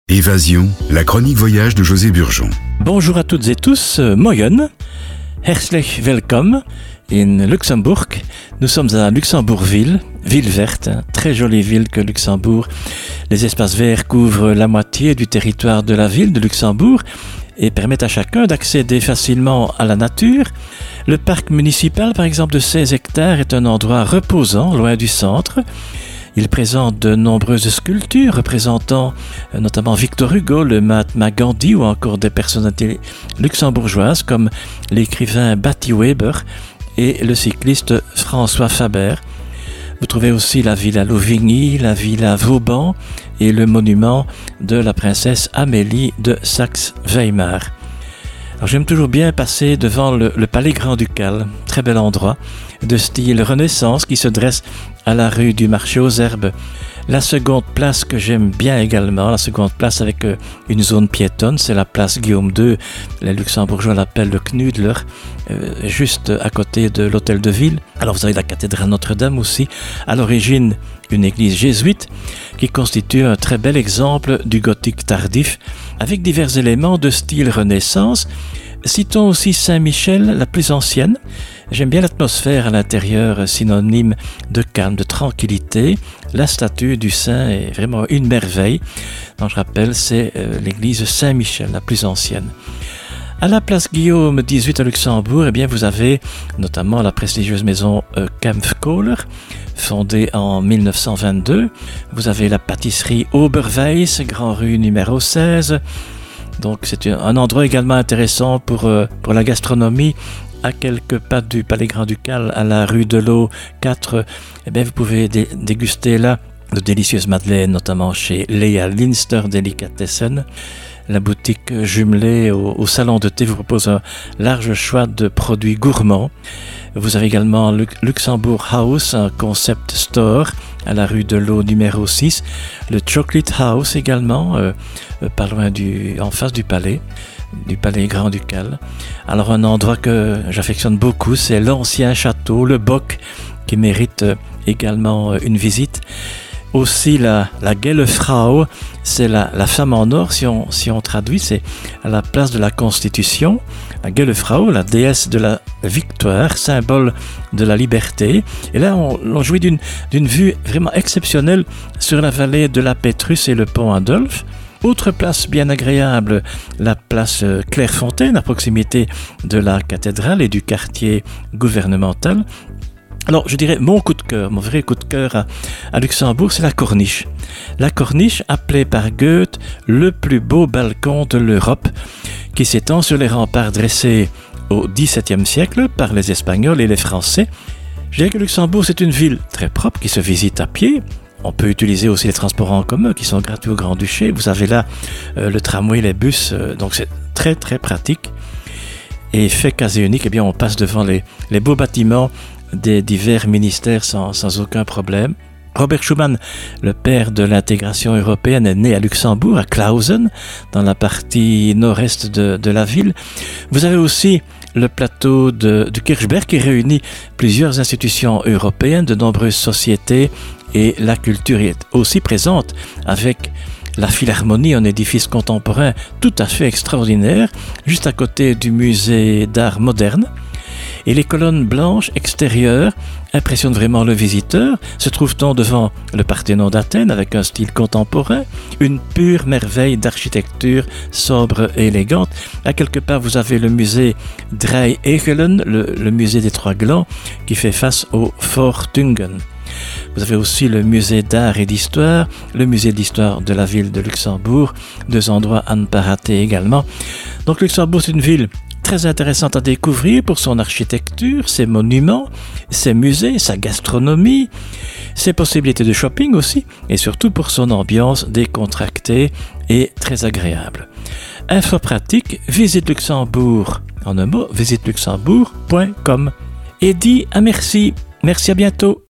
Évasion, la chronique voyage de José Burgeon. Bonjour à toutes et tous, Moyen, herzlich willkommen in Luxembourg. Nous sommes à Luxembourgville, ville verte, très jolie ville que Luxembourg. Les espaces verts couvrent la moitié du territoire de la ville de Luxembourg et permettent à chacun d'accéder facilement à la nature. Le parc municipal, par exemple, de 16 hectares est un endroit reposant, loin du centre. Il présente de nombreuses sculptures représentant notamment Victor Hugo, le Mahatma Gandhi ou encore des personnalités luxembourgeoises comme l'écrivain Batty Weber et le cycliste François Faber. Vous trouvez aussi la villa Louvigny, la villa Vauban et le monument de la princesse Amélie de Saxe-Weimar. Alors j'aime toujours bien passer devant le palais grand-ducal, très bel endroit, de style Renaissance qui se dresse à la rue du marché aux herbes. La seconde place que j'aime bien également, la seconde place avec une zone piétonne, c'est la place Guillaume II, les Luxembourgeois l'appellent le Knudler, juste à côté de l'hôtel de ville. Alors vous avez la cathédrale Notre-Dame aussi, à l'origine une église jésuite qui constitue un très bel exemple du gothique tardif avec divers éléments de style Renaissance. Citons aussi Saint-Michel, la plus ancienne. J'aime bien l'atmosphère à l'intérieur, synonyme de calme, de tranquillité. La statue du saint est vraiment une merveille. Donc, je rappelle, c'est l'église Saint-Michel, la plus ancienne. À la place Guillaume XVIII à Luxembourg, eh bien, vous avez notamment la prestigieuse maison Kempf-Kohler, fondée en 1922. Vous avez la pâtisserie Oberweis, Grand Rue numéro 16. Donc c'est un endroit également intéressant pour la gastronomie. À quelques pas du Palais Grand-Ducal, à la rue de l'Eau 4, eh bien, vous pouvez déguster là de délicieuses madeleines, notamment chez Lea Linster Delicatessen. La boutique jumelée au salon de thé vous propose un large choix de produits gourmands. Vous avez également Luxembourg House, un concept store à la rue de l'Eau numéro 6. Le Chocolate House également, pas loin en face du palais Grand-Ducal. Alors un endroit que j'affectionne beaucoup, c'est l'ancien château, le Bock, qui mérite également une visite. Aussi la Gelle Frau, c'est la femme en or, si on traduit, c'est à la place de la Constitution. La Gelle Frau, la déesse de la victoire, symbole de la liberté. Et là, on jouit d'une vue vraiment exceptionnelle sur la vallée de la Pétrus et le pont Adolphe. Autre place bien agréable, la place Clairefontaine, à proximité de la cathédrale et du quartier gouvernemental. Alors, je dirais, mon coup de cœur, mon vrai coup de cœur à Luxembourg, c'est la Corniche. La Corniche, appelée par Goethe le plus beau balcon de l'Europe, qui s'étend sur les remparts dressés au XVIIe siècle par les Espagnols et les Français. Je dirais que Luxembourg, c'est une ville très propre qui se visite à pied. On peut utiliser aussi les transports en commun qui sont gratuits au Grand-Duché. Vous avez là le tramway, les bus, donc c'est très très pratique. Et fait quasi unique, eh bien on passe devant les beaux bâtiments des divers ministères sans aucun problème. Robert Schuman, le père de l'intégration européenne, est né à Luxembourg, à Clausen, dans la partie nord-est de la ville. Vous avez aussi le plateau de Kirchberg qui réunit plusieurs institutions européennes, de nombreuses sociétés, et la culture est aussi présente avec la Philharmonie, un édifice contemporain tout à fait extraordinaire, juste à côté du musée d'art moderne. Et les colonnes blanches extérieures impressionnent vraiment le visiteur. Se trouve-t-on devant le Parthénon d'Athènes avec un style contemporain, une pure merveille d'architecture sobre et élégante. À quelque part, vous avez le musée Drei-Egelen, le musée des Trois Glands, qui fait face au Fort Tungen. Vous avez aussi le musée d'art et d'histoire, le musée d'histoire de la ville de Luxembourg, deux endroits à ne pas rater également. Donc Luxembourg, c'est une ville très intéressante à découvrir pour son architecture, ses monuments, ses musées, sa gastronomie, ses possibilités de shopping aussi, et surtout pour son ambiance décontractée et très agréable. Info pratique, visite Luxembourg, en un mot, visiteluxembourg.com. Et dit à merci. Merci, à bientôt.